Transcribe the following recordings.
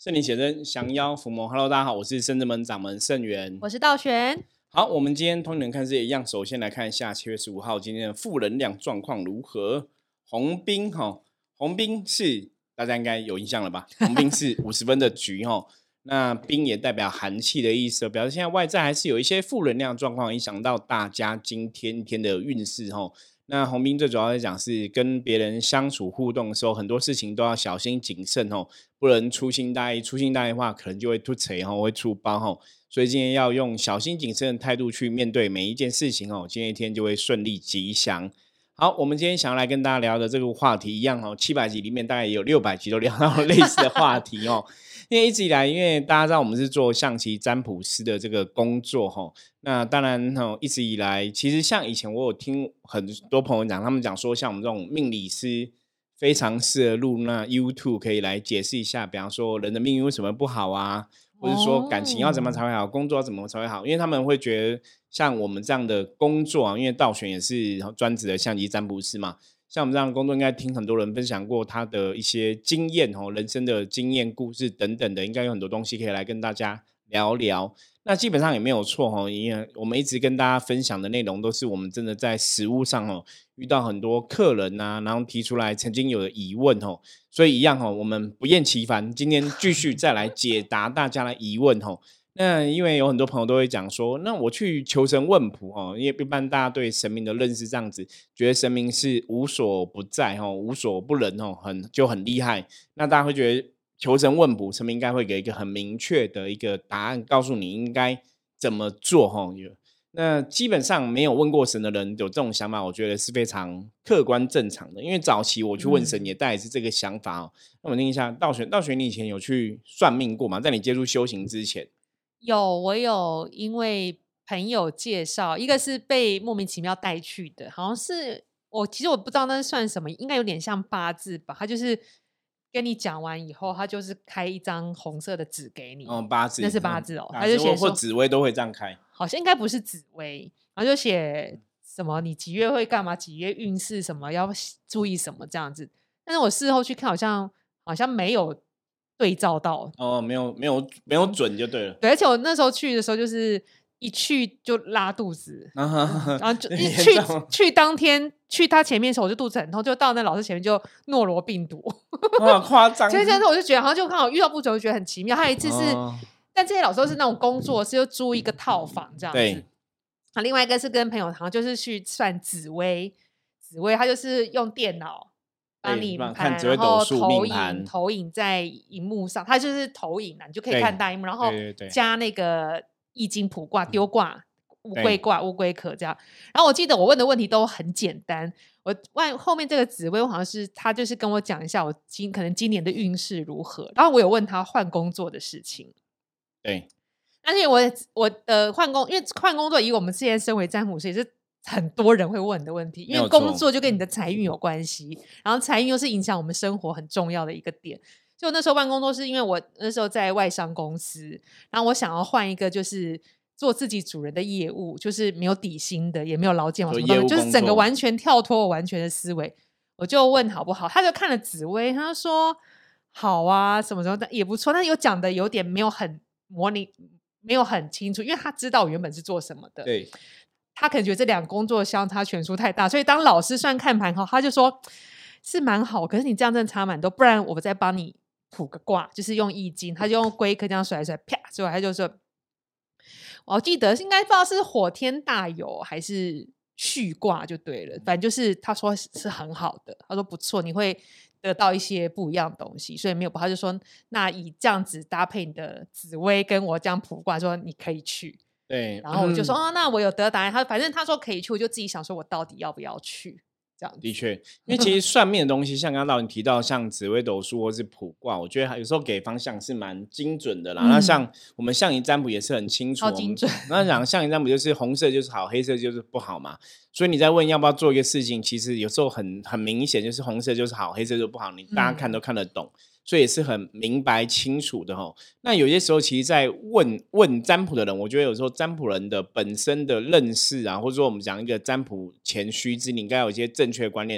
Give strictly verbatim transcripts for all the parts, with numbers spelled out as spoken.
圣灵写真降妖伏魔 ，Hello， 大家好，我是圣真门掌门圣元， 我是道玄。 好，我们今天通灵人看世界一样，首先来看一下七月十五号今天的负能量状况如何。红兵哈，红兵是大家应该有印象了吧？红兵是五十分的局哈，那兵也代表寒气的意思，表示现在外在还是有一些负能量状况影响到大家今天一天的运势哈。那红兵最主要来讲是跟别人相处互动的时候，很多事情都要小心谨慎哦，不能粗心大意。粗心大意的话，可能就会突锤哦，会出包哦。所以今天要用小心谨慎的态度去面对每一件事情哦，今天一天就会顺利吉祥。好，我们今天想要来跟大家聊的这个话题一样哦，七百集里面大概也有六百集都聊到类似的话题哦。因为一直以来，因为大家知道我们是做象棋占卜师的这个工作哈，那当然哈，一直以来，其实像以前我有听很多朋友讲，他们讲说，像我们这种命理师非常适合录那 YouTube 可以来解释一下，比方说人的命运为什么不好啊，或者说感情要怎么才会好，工作要怎么才会好，因为他们会觉得像我们这样的工作啊，因为道玄也是专职的象棋占卜师嘛。像我们这样的工作，应该听很多人分享过他的一些经验哦，人生的经验、故事等等的，应该有很多东西可以来跟大家聊聊。那基本上也没有错哦，因为我们一直跟大家分享的内容，都是我们真的在实务上哦遇到很多客人啊，然后提出来曾经有的疑问哦，所以一样哦，我们不厌其烦，今天继续再来解答大家的疑问哦。那因为有很多朋友都会讲说，那我去求神问卜哦，因为一般大家对神明的认识这样子，觉得神明是无所不在哦，无所不能哦，很就很厉害。那大家会觉得求神问卜，神明应该会给一个很明确的一个答案，告诉你应该怎么做哦。那基本上没有问过神的人有这种想法，我觉得是非常客观正常的。因为早期我去问神也大概是这个想法哦。嗯、那我听一下，道玄，道玄，你以前有去算命过吗？在你接触修行之前？ 有，我有因为朋友介绍，一个是被莫名其妙带去的，好像是我其实我不知道那算什么，应该有点像八字吧。他就是跟你讲完以后，他就是开一张红色的纸给你， 哦，八字， 那是八字哦， 嗯、 他就写说或紫微都会这样开， 好像应该不是紫微，然后就写什么你几月会干嘛，几月运势什么要注意什么这样子。但是我事后去看，好像好像没有对照到哦，没有没有没有准就对了。 对，而且我那时候去的时候，就是一去就拉肚子， 然后就一去去当天去他前面的时候，我就肚子很痛，就到那老师前面就诺罗病毒， 哇，夸张！ 所以现在我就觉得，好像就刚好遇到不久，就觉得很奇妙。还有一次是，哦、但这些老师都是那种工作，是就租一个套房这样子。 对。 啊，另外一个是跟朋友，好像就是去算紫微，紫微他就是用电脑。帮你看紫微斗数投影投影在荧幕上，它就是投影啊，你就可以看大荧幕，然后加那个易经卜卦、丢卦、乌龟卦、乌龟壳这样。然后我记得我问的问题都很简单，我问后面这个紫微好像是他就是跟我讲一下我今可能今年的运势如何，然后我有问他换工作的事情。 对， 而且我我的换工，因为换工作以我们之前身为占卜师也是。很多人会问的问题，因为工作就跟你的财运有关系，然后财运又是影响我们生活很重要的一个点。就那时候换工作是因为我那时候在外商公司，然后我想要换一个就是做自己主人的业务，就是没有底薪的，也没有劳健保什么的，就是整个完全跳脱我完全的思维。我就问好不好，他就看了紫微，他说好啊，什么什么的也不错，但有讲的有点没有很模拟，没有很清楚，因为他知道我原本是做什么的。 对。 他可能觉得这两个工作相差悬殊太大，所以当老师算看盘后，他就说是蛮好，可是你这样真的差蛮多，不然我再帮你卜个卦，就是用易经，他就用龟壳这样甩甩，啪，所以他就说，我记得应该不知道是火天大有还是续卦就对了，反正就是他说是很好的，他说不错，你会得到一些不一样的东西，所以没有，他就说那以这样子搭配你的紫微跟我这样卜卦，说你可以去。 对， 然后我就说、嗯、哦，那我有得答案。他反正他说可以去，我就自己想说，我到底要不要去？这样子的确，因为其实算命的东西，像刚刚你提到，像紫微斗数或是卜卦，我觉得有时候给方向是蛮精准的啦。嗯、那像我们象棋占卜也是很清楚， 超精准。 那讲象棋占卜就是红色就是好，黑色就是不好嘛。所以你在问要不要做一个事情，其实有时候很很明显，就是红色就是好，黑色就不好，你大家看都看得懂。嗯，所以也是很明白清楚的齁。那有些时候其实在问问占卜的人，我觉得有时候占卜人的本身的认识啊，或者说我们讲一个占卜前须知，你应该有一些正确的观念，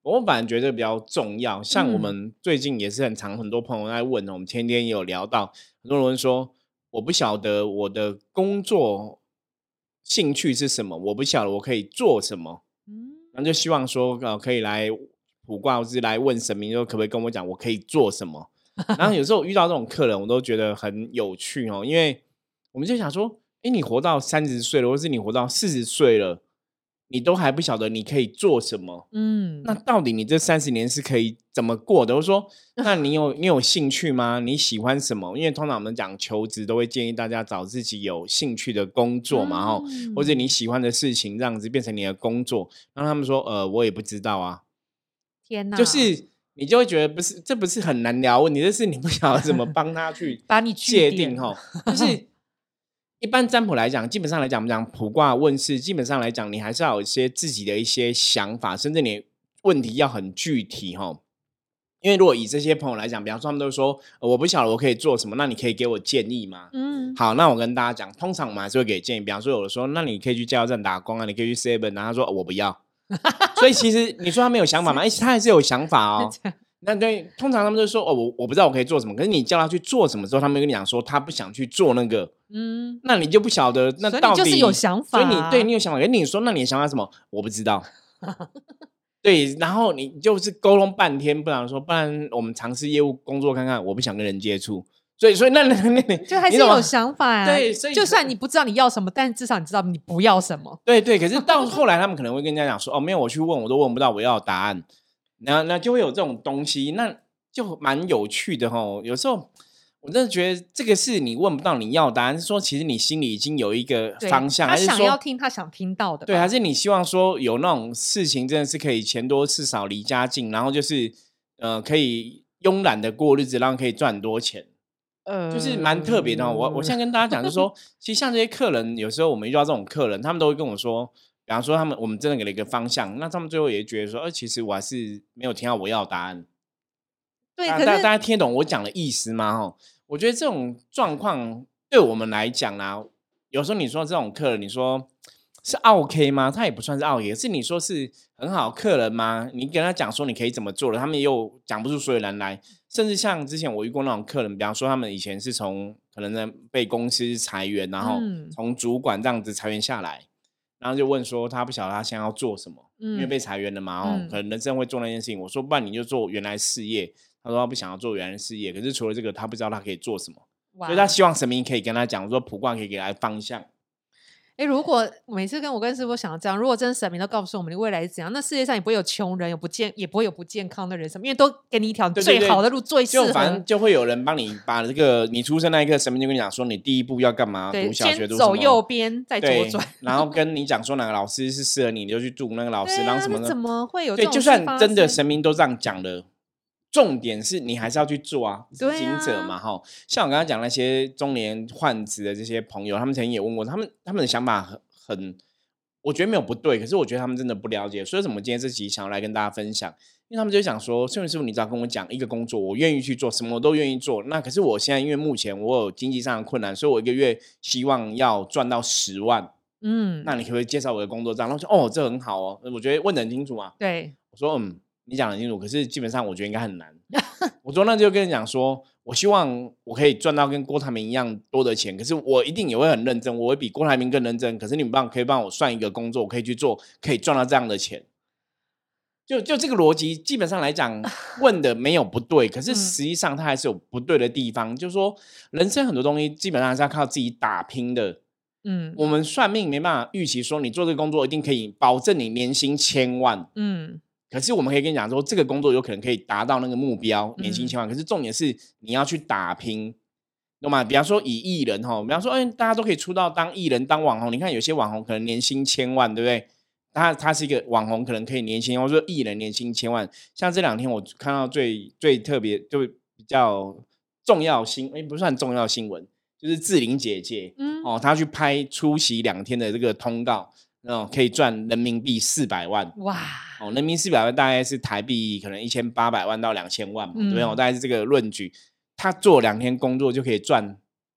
我反而觉得比较重要。像我们最近也是很常很多朋友在问，我们前天也有聊到，很多人说我不晓得我的工作兴趣是什么，我不晓得我可以做什么，然后就希望说呃可以来卜卦，或是来问神明，说可不可以跟我讲我可以做什么。然后有时候遇到这种客人，我都觉得很有趣哦，因为我们就想说，哎，你活到三十岁了，或是你活到四十岁了，你都还不晓得你可以做什么，嗯，那到底你这三十年是可以怎么过的？我说，那你有你有兴趣吗？你喜欢什么？因为通常我们讲求职，都会建议大家找自己有兴趣的工作嘛，哈、嗯，或者你喜欢的事情，这样子变成你的工作。然后他们说，呃，我也不知道啊。 天哪， 就是你就会觉得不是，这不是很难聊问题，这是你不晓得怎么帮他去把你界定哈，就是。一般占卜来讲，基本上来讲，我们讲卜卦问世，基本上来讲，你还是要有一些自己的一些想法，甚至你问题要很具体哈。因为如果以这些朋友来讲，比方说他们都说、呃、我不晓得我可以做什么，那你可以给我建议吗？嗯，好，那我跟大家讲，通常我们还是会给建议。比方说有的说，那你可以去加油站打工啊，你可以去 seven， 然后他说、哦、我不要。所以其实你说他没有想法吗？哎、欸，他还是有想法哦。那对，通常他们就说哦，我我不知道我可以做什么，可是你叫他去做什么之后，他们跟你讲说他不想去做那个，嗯，那你就不晓得那到底， 所以你就是有想法、啊， 所以你对你有想法，可是你说那你的想法是什么？我不知道。对，然后你就是沟通半天，不然说，不然我们尝试业务工作看看，我不想跟人接触。所以，所以那那那就还是有想法啊。 对，所以就算你不知道你要什么，但至少你知道你不要什么。 对对，可是到后来他们可能会跟人家讲说，哦，没有，我去问我都问不到我要的答案，那那就会有这种东西，那就蛮有趣的齁。有时候我真的觉得这个是你问不到你要的答案，是说其实你心里已经有一个方向， 他想要听他想听到的， 对，还是你希望说有那种事情真的是可以钱多事少离家近，然后就是呃可以慵懒的过日子，然后可以赚很多钱。呃，就是蛮特别的、哦。我我现在跟大家讲，就是说，其实像这些客人，有时候我们遇到这种客人，他们都会跟我说，比方说他们我们真的给了一个方向，那他们最后也觉得说，呃，其实我还是没有听到我要的答案。 对， 大大家听得懂我讲的意思吗？哈，我觉得这种状况对我们来讲啊，有时候你说这种客人，你说是 OK 吗？他也不算是 OK，是你说是很好客人吗？你跟他讲说你可以怎么做了，他们又讲不出所以然来。甚至像之前我遇过那种客人，比方说他们以前是从可能呢被公司裁员，然后从主管这样子裁员下来，然后就问说他不晓得他现在要做什么，嗯、因为被裁员了嘛，哦、嗯，可能人生会做那件事情。我说不然你就做原来事业，他说他不想要做原来事业，可是除了这个他不知道他可以做什么，所以他希望神明可以跟他讲，说卜卦可以给他方向。 哎，如果每次跟我跟师傅想要这样，如果真的神明都告诉我们你未来是怎样，那世界上也不会有穷人，有不健，也不会有不健康的人什么，因为都给你一条最好的路，最适合。 就反正就会有人帮你把这个你出生那一刻，神明就跟你讲说，你第一步要干嘛？读小学读什么？ 走右边，再左转， 然后跟你讲说哪个老师是适合你，你就去读那个老师，然后什么的。 怎么会有这种？ 对，就算真的神明都这样讲了。重点是你还是要去做啊，执行者嘛，哈、啊。像我刚才讲那些中年换职的这些朋友，他们曾经也问过，他们他们的想法很很，我觉得没有不对，可是我觉得他们真的不了解，所以怎么今天这集想要来跟大家分享，因为他们就想说，圣元师傅，你只要跟我讲一个工作，我愿意去做，什么我都愿意做。那可是我现在因为目前我有经济上的困难，所以我一个月希望要赚到十万。嗯，那你可不可以介绍我的工作账？然后说哦，这很好哦，我觉得问得很清楚嘛。 对， 我说嗯。你讲得很清楚，可是基本上我觉得应该很难。我说那就跟你讲说，我希望我可以赚到跟郭台铭一样多的钱，可是我一定也会很认真，我会比郭台铭更认真。可是你们帮可以帮我算一个工作，我可以去做，可以赚到这样的钱。就就这个逻辑，基本上来讲，问的没有不对，可是实际上它还是有不对的地方。嗯、就是说，人生很多东西基本上还是要靠自己打拼的。嗯，我们算命没办法预期说你做这个工作一定可以保证你年薪千万。嗯。可是我们可以跟你讲说，这个工作有可能可以达到那个目标，年薪千万。嗯、可是重点是你要去打拼，懂吗？比方说以艺人哈，比方说，哎，大家都可以出道当艺人、当网红。你看有些网红可能年薪千万，对不对？他他是一个网红，可能可以年薪，或者说艺人年薪千万。像这两天我看到最最特别，就比较重要新，哎，不算重要新闻，就是志玲姐姐，嗯、哦，她去拍出席两天的这个通告。哦、可以赚人民币四百万哇！哦，人民币四百万大概是台币可能一千八百万到两千万嘛，嗯、对不对？大概是这个论据。他做两天工作就可以赚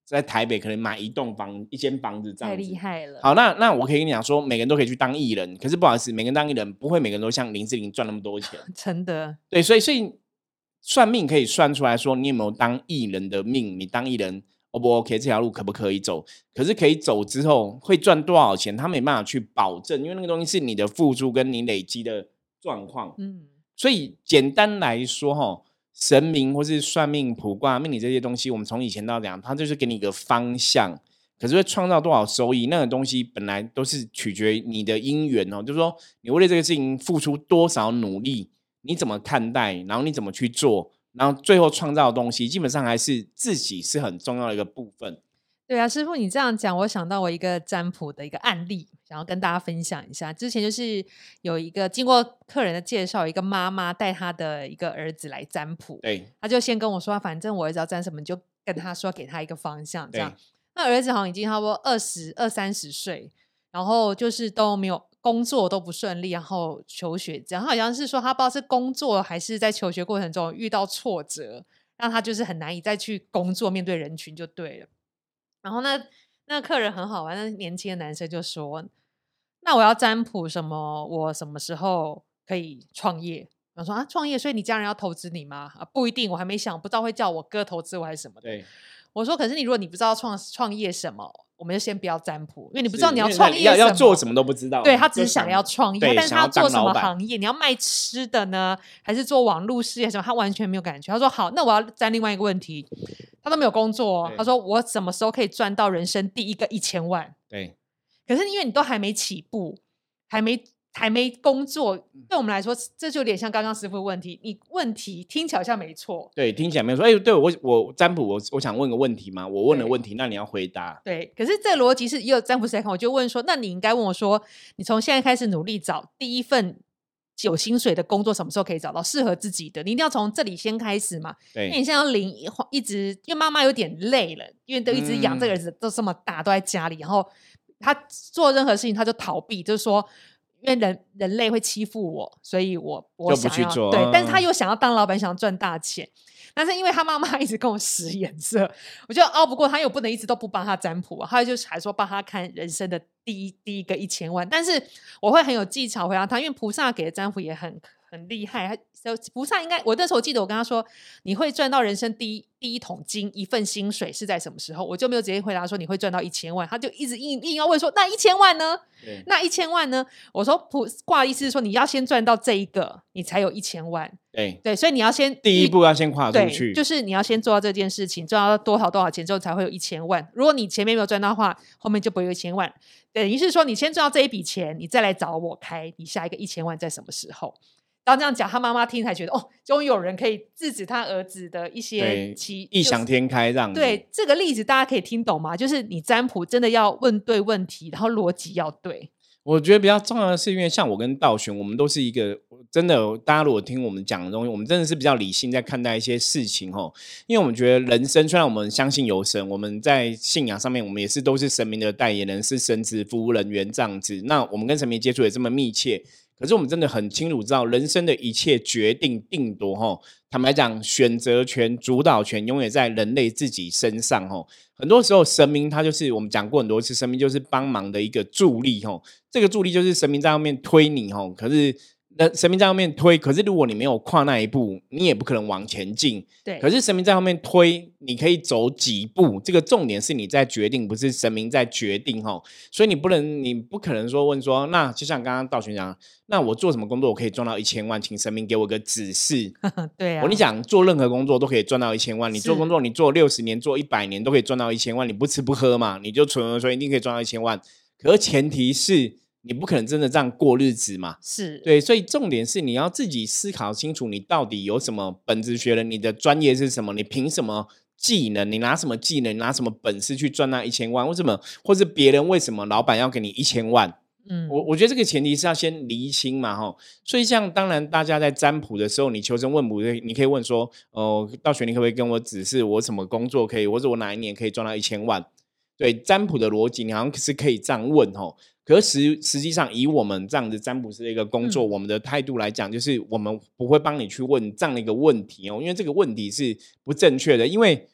在台北可能买一栋房一间房子这样子， 太厉害了。 好，那那我可以跟你讲说，每个人都可以去当艺人，可是不好意思，每个人当艺人不会每个人都像林志玲赚那么多钱， 真的。 对，所以所以算命可以算出来说你有没有当艺人的命，你当艺人 O 不 OK， 这条路可不可以走？可是可以走之后会赚多少钱，他没办法去保证，因为那个东西是你的付出跟你累积的状况。嗯，所以简单来说哈，神明或是算命、卜卦、命理这些东西，我们从以前到讲，它就是给你一个方向，可是会创造多少收益，那个东西本来都是取决于你的因缘哦，就是说你为了这个事情付出多少努力，你怎么看待，然后你怎么去做。然后最后创造的东西基本上还是自己是很重要的一个部分。 对啊，师父你这样讲，我想到我一个占卜的一个案例，想要跟大家分享一下。之前就是有一个经过客人的介绍，一个妈妈带她的一个儿子来占卜， 对， 他就先跟我说，反正我儿子要占什么，你就跟他说，给他一个方向，这样。那儿子好像已经差不多二十二三十岁，然后就是都没有工作，都不顺利，然后求学这样。他好像是说他不知道是工作还是在求学过程中遇到挫折，让他就是很难以再去工作，面对人群就对了。然后那那客人很好玩，那年轻的男生就说：“那我要占卜什么？我什么时候可以创业？”我说：“啊，创业，所以你家人要投资你吗？”啊，不一定，我还没想，不知道会叫我哥投资我还是什么的。 对， 我说：“可是你如果你不知道创创业什么，我们就先不要占卜，因为你不知道你要创业要要做什么都不知道。” 对，他只是想要创业，但是他要做什么行业？你要卖吃的呢，还是做网络事业什么？他完全没有感觉。他说：“好，那我要占另外一个问题。”他都没有工作、哦，他说：“我什么时候可以赚到人生第一个一千万？” 对。 可是因为你都还没起步，还没还没工作，对我们来说，这就有点像刚刚师傅的问题。你问题听起来好像没错， 对，听起来没错。哎、欸，对我我占卜，我我想问个问题嘛，我问了问题，那你要回答。 对，可是这个逻辑是也有占卜师来看，我就问说，那你应该问我说，你从现在开始努力找第一份有薪水的工作，什么时候可以找到适合自己的？你一定要从这里先开始嘛。 对， 因为你现在要领一直，因为妈妈有点累了，因为都一直养这个儿子都这么大，都在家里，然后他做任何事情他就逃避，就是说。因为人人类会欺负我，所以我我想要就不去做对，但是他又想要当老板，想要赚大钱。但是因为他妈妈一直跟我使眼色，我就熬不过他，又不能一直都不帮他占卜，他就还说帮他看人生的第一第一个一千万。但是我会很有技巧回答他，因为菩萨给的占卜也很很厉害。菩萨应该，我那时候记得我跟他说，你会赚到人生第一第一桶金，一份薪水是在什么时候？我就没有直接回答说你会赚到一千万，他就一直硬硬要问说那一千万呢？那一千万呢？我说卜卦的意思是说你要先赚到这一个，你才有一千万。 对对，所以你要先第一步要先跨出去， 就是你要先做到这件事情，赚到多少多少钱之后才会有一千万。如果你前面没有赚到的话，后面就不会有一千万。等于是说你先赚到这一笔钱，你再来找我开你下一个一千万在什么时候。然后这样讲，他妈妈听才觉得哦，终于有人可以制止他儿子的一些奇异想天开这样子。 对，这个例子大家可以听懂吗？就是你占卜真的要问对问题，然后逻辑要对。 我觉得比较重要的是，因为像我跟道玄，我们都是一个真的，大家如果听我们讲的东西，我们真的是比较理性在看待一些事情吼。因为我们觉得人生，虽然我们相信有神，我们在信仰上面，我们也是都是神明的代言人，是神职服务人员这样子。那我们跟神明接触也这么密切。可是我们真的很清楚知道，人生的一切决定定夺吼，坦白讲，选择权、主导权永远在人类自己身上吼。很多时候，神明他就是我们讲过很多次，神明就是帮忙的一个助力吼。这个助力就是神明在后面推你吼，可是神明在后面推，可是如果你没有跨那一步，你也不可能往前进。 对， 可是神明在后面推，你可以走几步，这个重点是你在决定，不是神明在决定吼。所以你不能，你不可能说问说，那就像刚刚道玄讲，那我做什么工作我可以赚到一千万，请神明给我个指示。 对啊， 我跟你讲，做任何工作都可以赚到一千万。你做工作，你做六十年、做一百年都可以赚到一千万。你不吃不喝嘛，你就存而说一定可以赚到一千万。可是前提是你不可能真的这样过日子嘛。 是对，所以重点是你要自己思考清楚，你到底有什么本质学人，你的专业是什么，你凭什么技能，你拿什么技能，你拿什么本事去赚那一千万？为什么，或是别人为什么老板要给你一千万？嗯，我我觉得这个前提是要先厘清嘛，哈。所以像当然大家在占卜的时候，你求神问卜，你可以问说，哦、呃，道玄，你可不可以跟我指示我什么工作可以，或者我哪一年可以赚到一千万？对，占卜的逻辑你好像是可以这样问吼。可是实实际上以我们这样子占卜师的一个工作、嗯、我们的态度来讲，就是我们不会帮你去问这样的一个问题哦，因为这个问题是不正确的。因为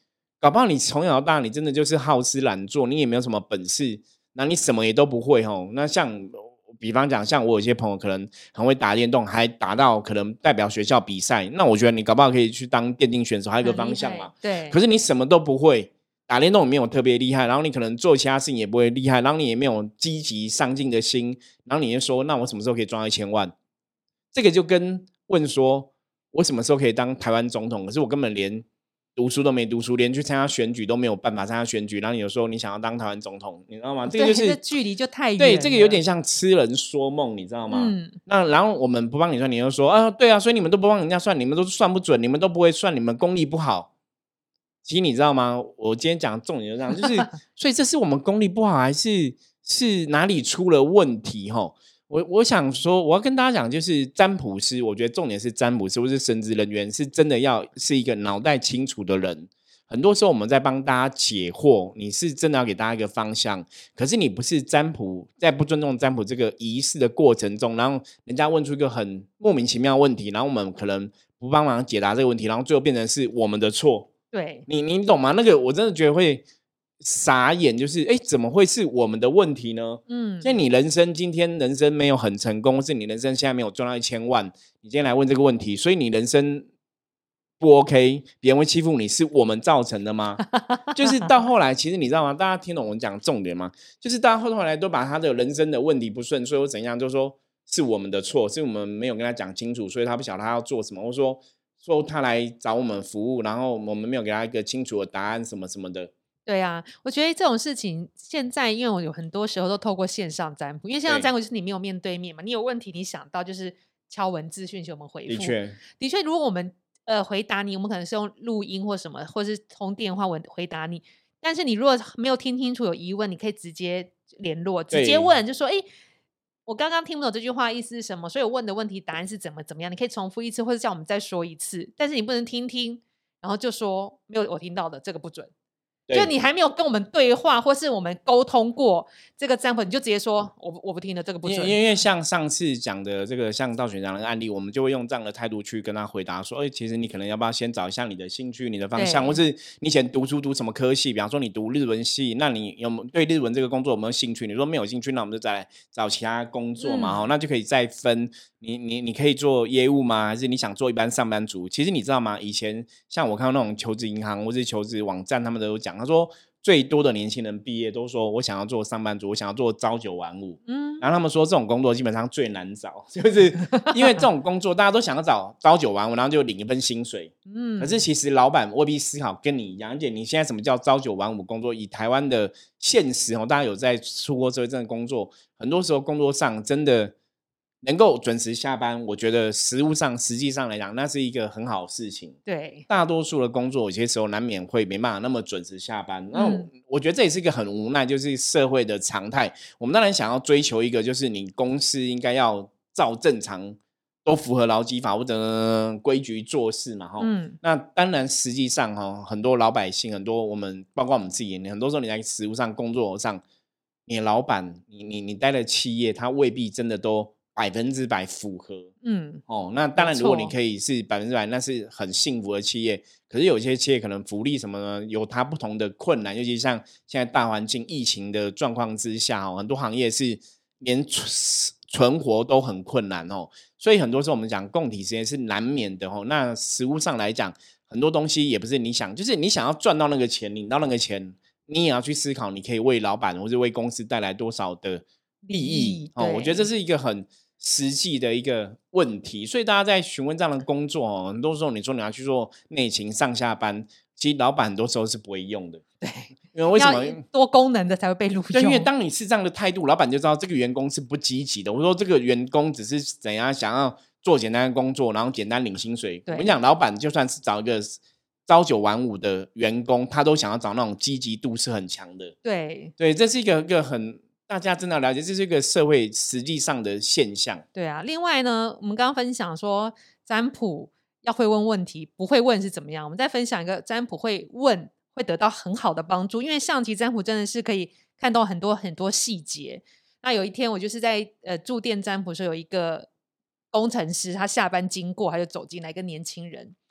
搞不好你从小到大你真的就是好吃懒做，你也没有什么本事，那你什么也都不会吼。那像比方讲，像我有些朋友可能很会打电动，还打到可能代表学校比赛，那我觉得你搞不好可以去当电竞选手，还有一个方向嘛。 对。 可是你什么都不会，打电动也没有特别厉害，然后你可能做其他事情也不会厉害，然后你也没有积极上进的心，然后你就说，那我什么时候可以赚到一千万？这个就跟问说，我什么时候可以当台湾总统？可是我根本连读书都没读书，连去参加选举都没有办法参加选举，然后你有时候你想要当台湾总统，你知道吗？这个就是这距离就太远了。 对，这个有点像痴人说梦，你知道吗？嗯，那然后我们不帮你算，你又说啊，对啊，所以你们都不帮人家算，你们都算不准，你们都不会算，你们功力不好。其实你知道吗？我今天讲的重点就这样，就是所以这是我们功力不好，还是是哪里出了问题？吼。我我想说，我要跟大家讲，就是占卜师，我觉得重点是占卜师或是神职人员，是真的要是一个脑袋清楚的人。很多时候我们在帮大家解惑，你是真的要给大家一个方向，可是你不是占卜，在不尊重占卜这个仪式的过程中，然后人家问出一个很莫名其妙的问题，然后我们可能不帮忙解答这个问题，然后最后变成是我们的错。 对， 你你懂吗？那个我真的觉得会傻眼，就是哎，怎么会是我们的问题呢？嗯，所以你人生今天人生没有很成功，是你人生现在没有赚到一千万，你今天来问这个问题，所以你人生不 OK， 别人会欺负你，是我们造成的吗？就是到后来，其实你知道吗？大家听懂我讲重点吗？就是大家后来都把他的人生的问题不顺遂或怎样，就说是我们的错，是我们没有跟他讲清楚，所以他不晓得他要做什么，或者说说他来找我们服务，然后我们没有给他一个清楚的答案，什么什么的。 对啊，我觉得这种事情现在，因为我有很多时候都透过线上占卜，因为线上占卜就是你没有面对面嘛，你有问题你想到就是敲文字讯息我们回复。 的确， 的确，如果我们呃回答你，我们可能是用录音或什么，或是通电话文回答你。但是你如果没有听清楚有疑问，你可以直接联络，直接问，就说：“哎，我刚刚听不懂这句话意思是什么？所以我问的问题答案是怎么怎么样？你可以重复一次，或者叫我们再说一次。但是你不能听听，然后就说没有我听到的，这个不准。”就你还没有跟我们对话，或是我们沟通过这个占卜，你就直接说我我不听了，这个不准。 因为因为像上次讲的这个像道玄讲的案例，我们就会用这样的态度去跟他回答说，哎，其实你可能要不要先找一下你的兴趣、你的方向，或是你以前读书读什么科系？比方说你读日文系，那你有对日文这个工作有没有兴趣？你说没有兴趣，那我们就再来找其他工作嘛，嗯、那就可以再分。你你你可以做业务吗？还是你想做一般上班族？其实你知道吗？以前像我看到那种求职银行或是求职网站，他们都有讲，他说最多的年轻人毕业都说我想要做上班族，我想要做朝九晚五。嗯，然后他们说这种工作基本上最难找，就是因为这种工作大家都想要找朝九晚五，然后就领一份薪水。嗯，可是其实老板未必思考跟你一样，而且你现在什么叫朝九晚五工作？以台湾的现实哦，大家有在出国这阵工作，很多时候工作上真的能够准时下班，我觉得实务上实际上来讲，那是一个很好的事情。 对， 大多数的工作有些时候难免会没办法那么准时下班。那、嗯、我觉得这也是一个很无奈，就是社会的常态。我们当然想要追求一个，就是你公司应该要照正常，都符合劳基法或者规矩做事嘛。嗯，那当然实际上哈，很多老百姓，很多我们包括我们自己，很多时候你在实务上工作上，你的老板，你你你待的企业，他未必真的都百分之百符合，嗯，哦，那当然，如果你可以是百分之百，那是很幸福的企业。可是有些企业可能福利什么呢，有它不同的困难，尤其像现在大环境疫情的状况之下，哦，很多行业是连存活都很困难哦。所以很多时候我们讲共体时间是难免的哦。那实务上来讲，很多东西也不是你想，就是你想要赚到那个钱，领到那个钱，你也要去思考，你可以为老板或是为公司带来多少的利益哦。我觉得这是一个很实际的一个问题，所以大家在询问这样的工作哦，很多时候你说你要去做内勤上下班，其实老板很多时候是不会用的。 对， 因为为什么多功能的才会被录用？ 对，因为当你是这样的态度，老板就知道这个员工是不积极的。我说这个员工只是怎样想要做简单的工作，然后简单领薪水。我跟你讲，老板就算是找一个朝九晚五的员工，他都想要找那种积极度是很强的。 对， 对，这是一个一个很。大家真的了解，这是一个社会实际上的现象。 对啊，另外呢，我们刚刚分享说占卜要会问问题，不会问是怎么样？我们再分享一个占卜会问，会得到很好的帮助。因为象棋占卜真的是可以看到很多很多细节。那有一天我就是在呃驻店占卜的时候，有一个工程师他下班经过，他就走进来，一个年轻人，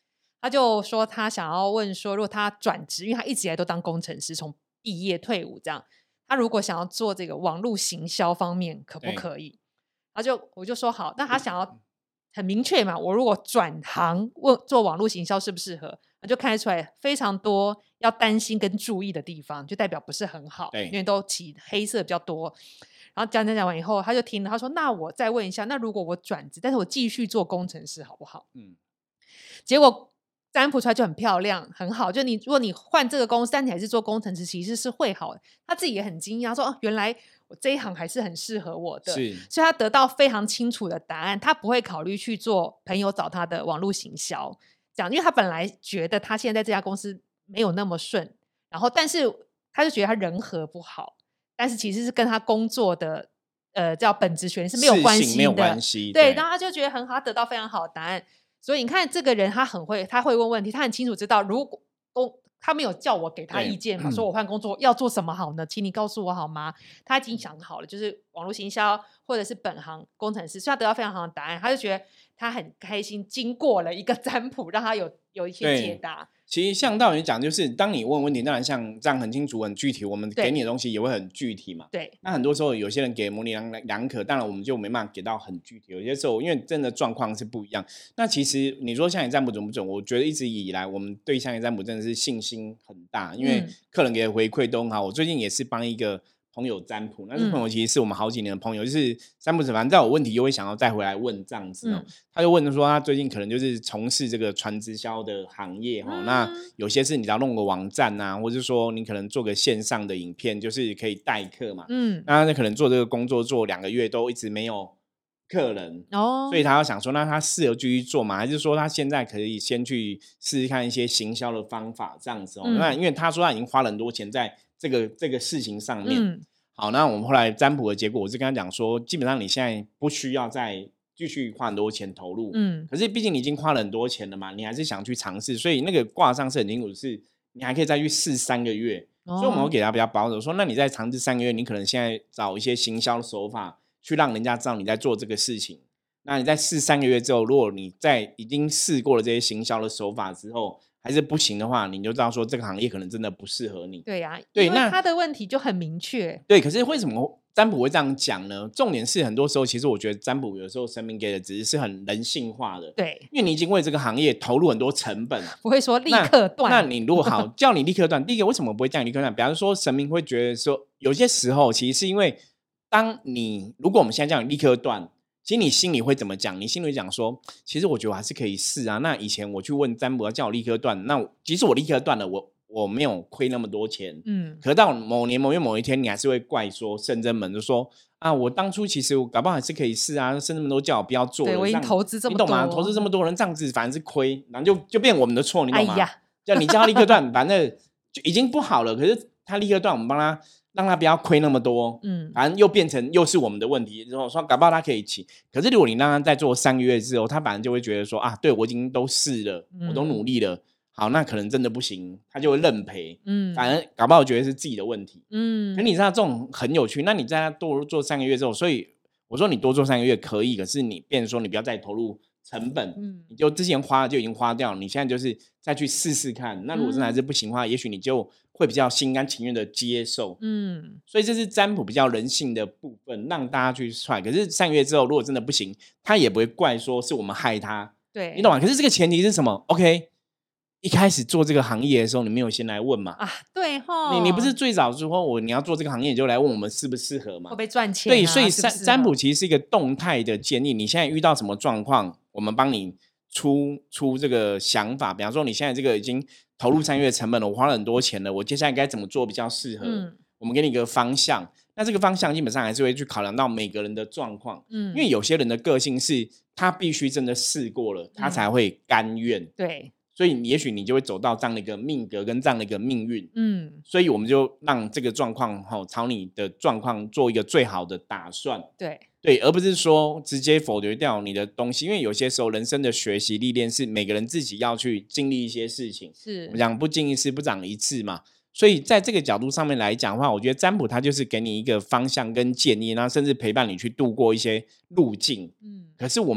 他就说他想要问说，如果他转职，因为他一直以来都当工程师，从毕业退伍这样，他如果想要做这个网络行销方面，可不可以？他就我就说好，那他想要很明确嘛，我如果转行问做网络行销适不适合，就看得出来非常多要担心跟注意的地方，就代表不是很好，因为都起黑色比较多。然后讲讲讲完以后，他就听了，他说：“那我再问一下，那如果我转职，但是我继续做工程师，好不好？”嗯，结果占卜出来就很漂亮，很好。就你如果你换这个公司，但你还是做工程师，其实是会好的。他自己也很惊讶，说：“哦，原来我这一行还是很适合我的。”所以他得到非常清楚的答案，他不会考虑去做朋友找他的网络行销，这样，因为他本来觉得他现在在这家公司没有那么顺，然后但是他就觉得他人和不好。但是其实是跟他工作的呃叫本职学是没有关系的， 没有关系。 对，然后他就觉得很好，他得到非常好的答案。所以你看这个人他很会，他会问问题，他很清楚知道，如果工他没有叫我给他意见嘛，说我换工作要做什么好呢？请你告诉我好吗？他已经想好了，就是网络行销或者是本行工程师，所以他得到非常好的答案，他就觉得他很开心，经过了一个占卜，让他有有一些解答。 其实像道理讲，就是当你问问题，当然像这样很清楚、很具体，我们给你的东西也会很具体嘛。 对。 那很多时候有些人给模棱两可，当然我们就没办法给到很具体。有些时候因为真的状况是不一样。那其实你说象棋占卜准不准？我觉得一直以来我们对象棋占卜真的是信心很大，因为客人给的回馈都很好。我最近也是帮一个朋友占卜，那这朋友其实是我们好几年的朋友，嗯、就是占卜者，反正再有问题又会想要再回来问这样子、哦嗯、他就问说他最近可能就是从事这个传直销的行业、哦嗯、那有些是你要弄个网站啊，或者说你可能做个线上的影片，就是可以代课嘛，嗯，那他可能做这个工作做两个月都一直没有客人哦，所以他要想说，那他适合继续做吗？还是说他现在可以先去试试看一些行销的方法这样子哦？嗯、那因为他说他已经花了很多钱在这个这个事情上面。嗯，好，那我们后来占卜的结果，我是跟他讲说，基本上你现在不需要再继续花很多钱投入，嗯，可是毕竟你已经花了很多钱了嘛，你还是想去尝试，所以那个卦上是很清楚，是你还可以再去试三个月，哦、所以我们会给他比较保守，说那你再尝试三个月，你可能现在找一些行销手法去让人家知道你在做这个事情，那你在试三个月之后，如果你在已经试过了这些行销的手法之后，还是不行的话，你就知道说这个行业可能真的不适合你。 对呀、啊，对，那他的问题就很明确。 对，可是为什么占卜会这样讲呢？重点是很多时候，其实我觉得占卜有时候神明给的只是是很人性化的。 对， 因为你已经为这个行业投入很多成本， 不会说立刻断。 那, 那你如果好叫你立刻断，第一个为什么不会叫你立刻断？比方说神明会觉得说，有些时候其实是因为，当你如果我们现在叫你立刻断。其实你心里会怎么讲？你心里讲说，其实我觉得我还是可以试啊。那以前我去问占卜要叫我立刻断，那即使我立刻断了，我我没有亏那么多钱，嗯。可是到某年某月某一天，你还是会怪说圣真门就说啊，我当初其实我搞不好还是可以试啊，圣真门都叫我不要做了， 对我已经投资这么多， 你懂吗？投资这么多人这样子，反正是亏，然后就就变我们的错，你懂吗？哎呀，叫你叫他立刻断，反正就已经不好了。可是他立刻断，我们帮他。让他不要亏那么多，嗯，反正又变成又是我们的问题。之后说搞不好他可以起，可是如果你让他再做三个月之后，他反正就会觉得说啊，对我已经都试了，嗯、我都努力了，好，那可能真的不行，他就会认赔，嗯，反正搞不好觉得是自己的问题，嗯。可你知道这种很有趣，那你在他多做三个月之后，所以我说你多做三个月可以，可是你变成说你不要再投入成本，嗯，你就之前花就已经花掉，你现在就是再去试试看。那如果真的还是不行的话，嗯、也许你就会比较心甘情愿的接受，嗯。所以这是占卜比较人性的部分，让大家去踹。可是三个月之后，如果真的不行，他也不会怪说是我们害他， 对， 你懂吗？可是这个前提是什么 ？OK， 一开始做这个行业的时候，你没有先来问嘛？ 啊，对齁， 你你不是最早说我你要做这个行业，你就来问我们适不适合嘛？ 会不会赚钱、啊？ 对，所以占卜其实是一个动态的建议。你现在遇到什么状况，我们帮你。出出这个想法，比方说你现在这个已经投入三个月成本了，我花了很多钱了，我接下来该怎么做比较适合、嗯、我们给你一个方向，那这个方向基本上还是会去考量到每个人的状况、嗯、因为有些人的个性是他必须真的试过了、嗯、他才会甘愿， 对， 所以也许你就会走到这样的一个命格跟这样的一个命运，嗯，所以我们就让这个状况、哦、朝你的状况做一个最好的打算， 对对，而不是说直接否决掉你的东西，因为有些时候人生的学习历练是每个人自己要去经历一些事情， 是我们讲不经一事不长一智嘛，所以在这个角度上面来讲的话，我觉得占卜它就是给你一个方向跟建议，然后甚至陪伴你去度过一些路径，嗯，可是我们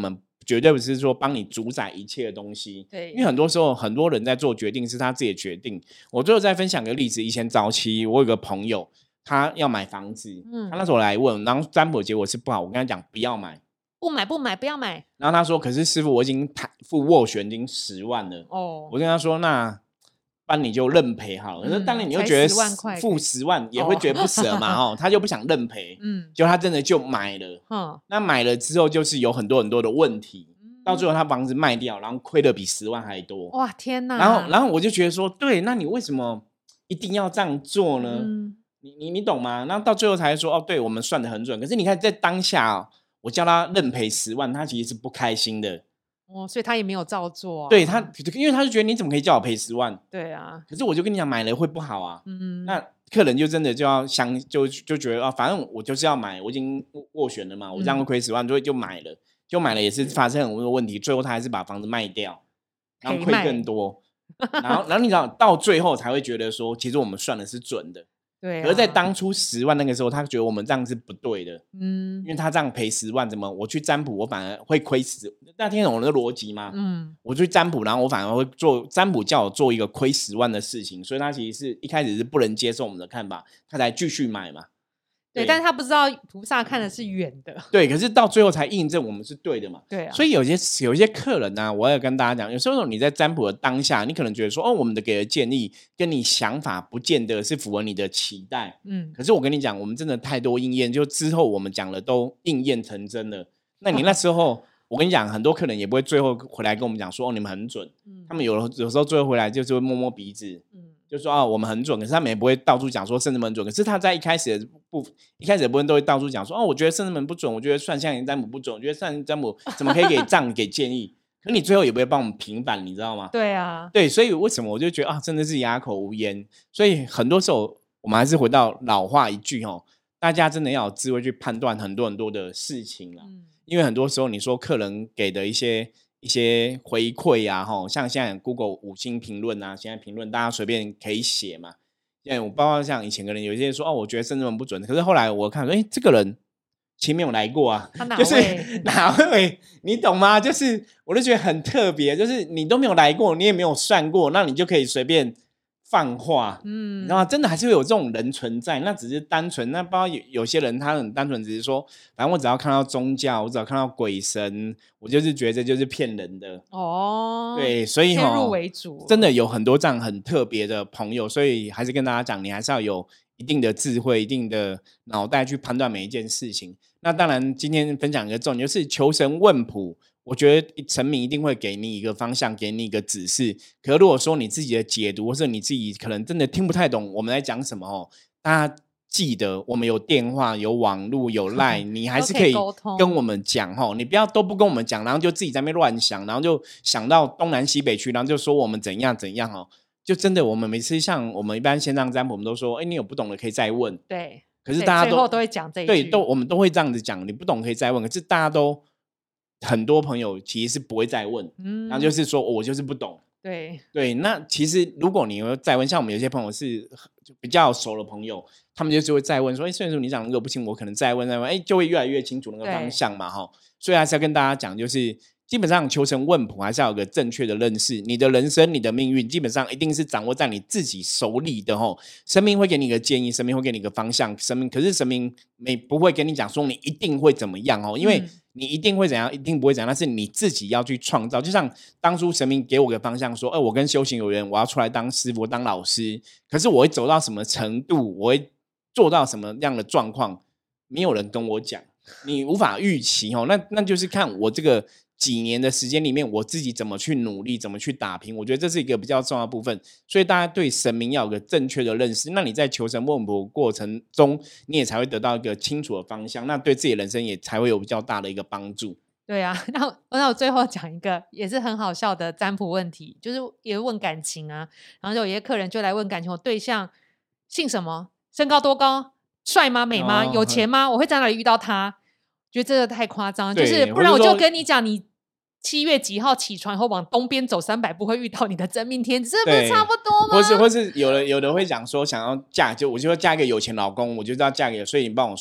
绝对不是说帮你主宰一切的东西。 对， 因为很多时候很多人在做决定是他自己的决定。我最后再分享个例子，以前早期我有个朋友，他要买房子，嗯、他那时候来问，然后占卜结果是不好，我跟他讲不要买。 不买不买不要买， 然后他说：“可是师傅，我已经付斡旋已经十万了。”哦，我跟他说：“那不然你就认赔好了。”可是当然你又觉得付十万也会觉得不舍嘛，哦，他就不想认赔，嗯，就他真的就买了。嗯，那买了之后就是有很多很多的问题，到最后他房子卖掉，然后亏的比十万还多。 哇，天哪！ 然后，然后我就觉得说，对，那你为什么一定要这样做呢？嗯、你你你懂吗？然后到最后才说，哦，对我们算得很准。可是你看在当下哦。我叫他认赔十万，他其实是不开心的哦，所以他也没有照做、啊。 对他，因为他就觉得你怎么可以叫我赔十万？ 对啊， 可是我就跟你讲，买了会不好啊。嗯，那客人就真的就要相就就觉得啊，反正我就是要买，我已经斡旋了嘛，我这样会亏十万，就就买了，就买了也是发生很多问题，最后他还是把房子卖掉，然后亏更多。然后，然后你知道到最后才会觉得说，其实我们算的是准的。 对、啊， 可是在当初十万那个时候，他觉得我们这样是不对的，嗯，因为他这样赔十万，怎么我去占卜，我反而会亏十？大家听懂我的逻辑吗？嗯，我去占卜，然后我反而会做占卜，叫我做一个亏十万的事情，所以他其实是一开始是不能接受我们的看法，他才继续买嘛。 对，但是他不知道菩萨看的是远的， 对，可是到最后才印证我们是对的嘛。 对啊， 所以有些有一些客人呢、啊，我也跟大家讲，有时候你在占卜的当下，你可能觉得说，哦，我们的给的建议跟你想法不见得是符合你的期待，嗯，可是我跟你讲，我们真的太多应验，就之后我们讲的都应验成真了。那你那时候，我跟你讲，很多客人也不会最后回来跟我们讲说，哦，你们很准，嗯、他们有有时候最后回来就是会摸摸鼻子，嗯。就说啊，我们很准，可是他们也不会到处讲说圣人门准。可是他在一开始的部一开始的部分都会到处讲说，哦，我觉得圣人门不准，我觉得算相银占卜不准，我觉得算相银占卜怎么可以给账给建议？可你最后也不会帮我们平反，你知道吗？ 对啊， 对，所以为什么我就觉得啊，真的是哑口无言。所以很多时候我们还是回到老话一句哦，大家真的要有智慧去判断很多很多的事情啦。嗯、因为很多时候你说客人给的一些。一些回馈啊，像现在 Google 五星评论啊，现在评论大家随便可以写嘛。因为我包括像以前可能有些人说哦，我觉得圣人门不准，可是后来我看说，哎，这个人其实没有来过啊， 他哪位？ 就是哪位？你懂吗？就是我就觉得很特别，就是你都没有来过，你也没有算过，那你就可以随便放话，嗯，你知道吗？真的还是会有这种人存在，那只是单纯，那包括 有, 有些人他很单纯，只是说，反正我只要看到宗教，我只要看到鬼神，我就是觉得这就是骗人的哦。对，所以先入为主， 真的有很多这样很特别的朋友，所以还是跟大家讲，你还是要有一定的智慧、一定的脑袋去判断每一件事情。那当然，今天分享一个重点就是求神问卜。我觉得神明一定会给你一个方向，给你一个指示。可是如果说你自己的解读，或是你自己可能真的听不太懂我们在讲什么哦，大家记得我们有电话、有网络、有 LINE， 你还是可以跟我们讲哦。你不要都不跟我们讲，然后就自己在那边乱想，然后就想到东南西北去，然后就说我们怎样怎样哦。就真的，我们每次像我们一般线上占卜，我们都说，哎，你有不懂的可以再问。 对。 可是大家都最后都会讲这一句， 对，都我们都会这样子讲，你不懂可以再问。可是大家都。很多朋友其实是不会再问，嗯，然后就是说、哦、我就是不懂， 对对。那其实如果你有再问，像我们有些朋友是比较熟的朋友，他们就是会再问说，哎，虽然说你讲那个不清，我可能再问再问，哎，就会越来越清楚那个方向嘛，哈。所以还是要跟大家讲，就是基本上求神问卜还是要有个正确的认识，你的人生、你的命运，基本上一定是掌握在你自己手里的吼。神明会给你一个建议，神明会给你一个方向，神明可是神明没不会跟你讲说你一定会怎么样哦，因为你一定会怎样，一定不会怎样，那是你自己要去创造。就像当初神明给我个方向说，哎、呃，我跟修行有缘，我要出来当师傅、当老师，可是我会走到什么程度，我会做到什么样的状况，没有人跟我讲，你无法预期哦。那那就是看我这个。几年的时间里面，我自己怎么去努力，怎么去打拼，我觉得这是一个比较重要的部分。所以大家对神明要有个正确的认识，那你在求神问卜过程中，你也才会得到一个清楚的方向，那对自己的人生也才会有比较大的一个帮助。 对啊，那我那我最后讲一个也是很好笑的占卜问题，就是也问感情啊，然后就有些客人就来问感情，我对象姓什么，身高多高，帅吗，美吗，哦、有钱吗，我会在哪里遇到他？觉得这个太夸张，就是不然我就跟你讲，你七月几号起床后往东边走三百步会遇到你的真命天子，这不是差不多吗？ 或是或是有的有的会讲说想要嫁，就我就要嫁一个有钱老公，我就要嫁给，所以你帮我算。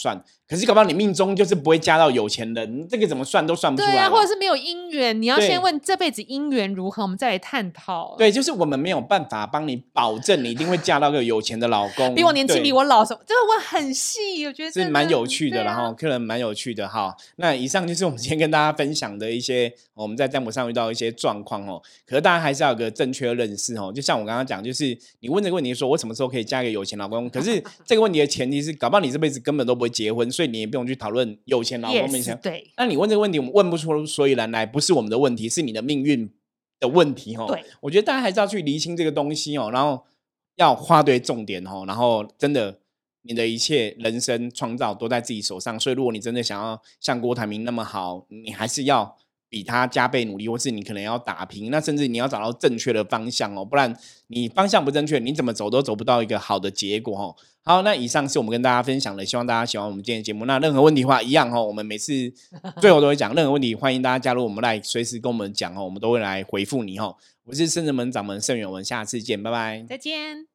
可是搞不好你命中就是不会嫁到有钱人，这个怎么算都算不出来。 对啊，或者是没有姻缘，你要先问这辈子姻缘如何，我们再来探讨。 对，就是我们没有办法帮你保证你一定会嫁到个有钱的老公， 比我年轻比我老什么，这个问很细，我觉得是蛮有趣的， 啊、 然后客人蛮有趣的哈。那以上就是我们今天跟大家分享的一些我们在占卜上遇到的一些状况哦。可是大家还是要有个正确的认识哦。就像我刚刚讲，就是你问这个问题说，我什么时候可以嫁一个有钱老公？可是这个问题的前提是，搞不好你这辈子根本都不会结婚，所以你也不用去讨论有钱老公没钱。 Yes, 对， 那你问这个问题，我们问不出所以然来，不是我们的问题，是你的命运的问题哦。 对， 我觉得大家还是要去厘清这个东西哦，然后要画对重点哦，然后真的。你的一切人生创造都在自己手上，所以如果你真的想要像郭台铭那么好，你还是要比他加倍努力，或是你可能要打拼，那甚至你要找到正确的方向哦，不然你方向不正确，你怎么走都走不到一个好的结果哦。好，那以上是我们跟大家分享的，希望大家喜欢我们今天的节目。那任何问题的话，一样哦，我们每次最后都会讲，任何问题欢迎大家加入我们来随时跟我们讲哦，我们都会来回复你哦。我是圣人门掌门盛远，我们下次见，拜拜， 再见。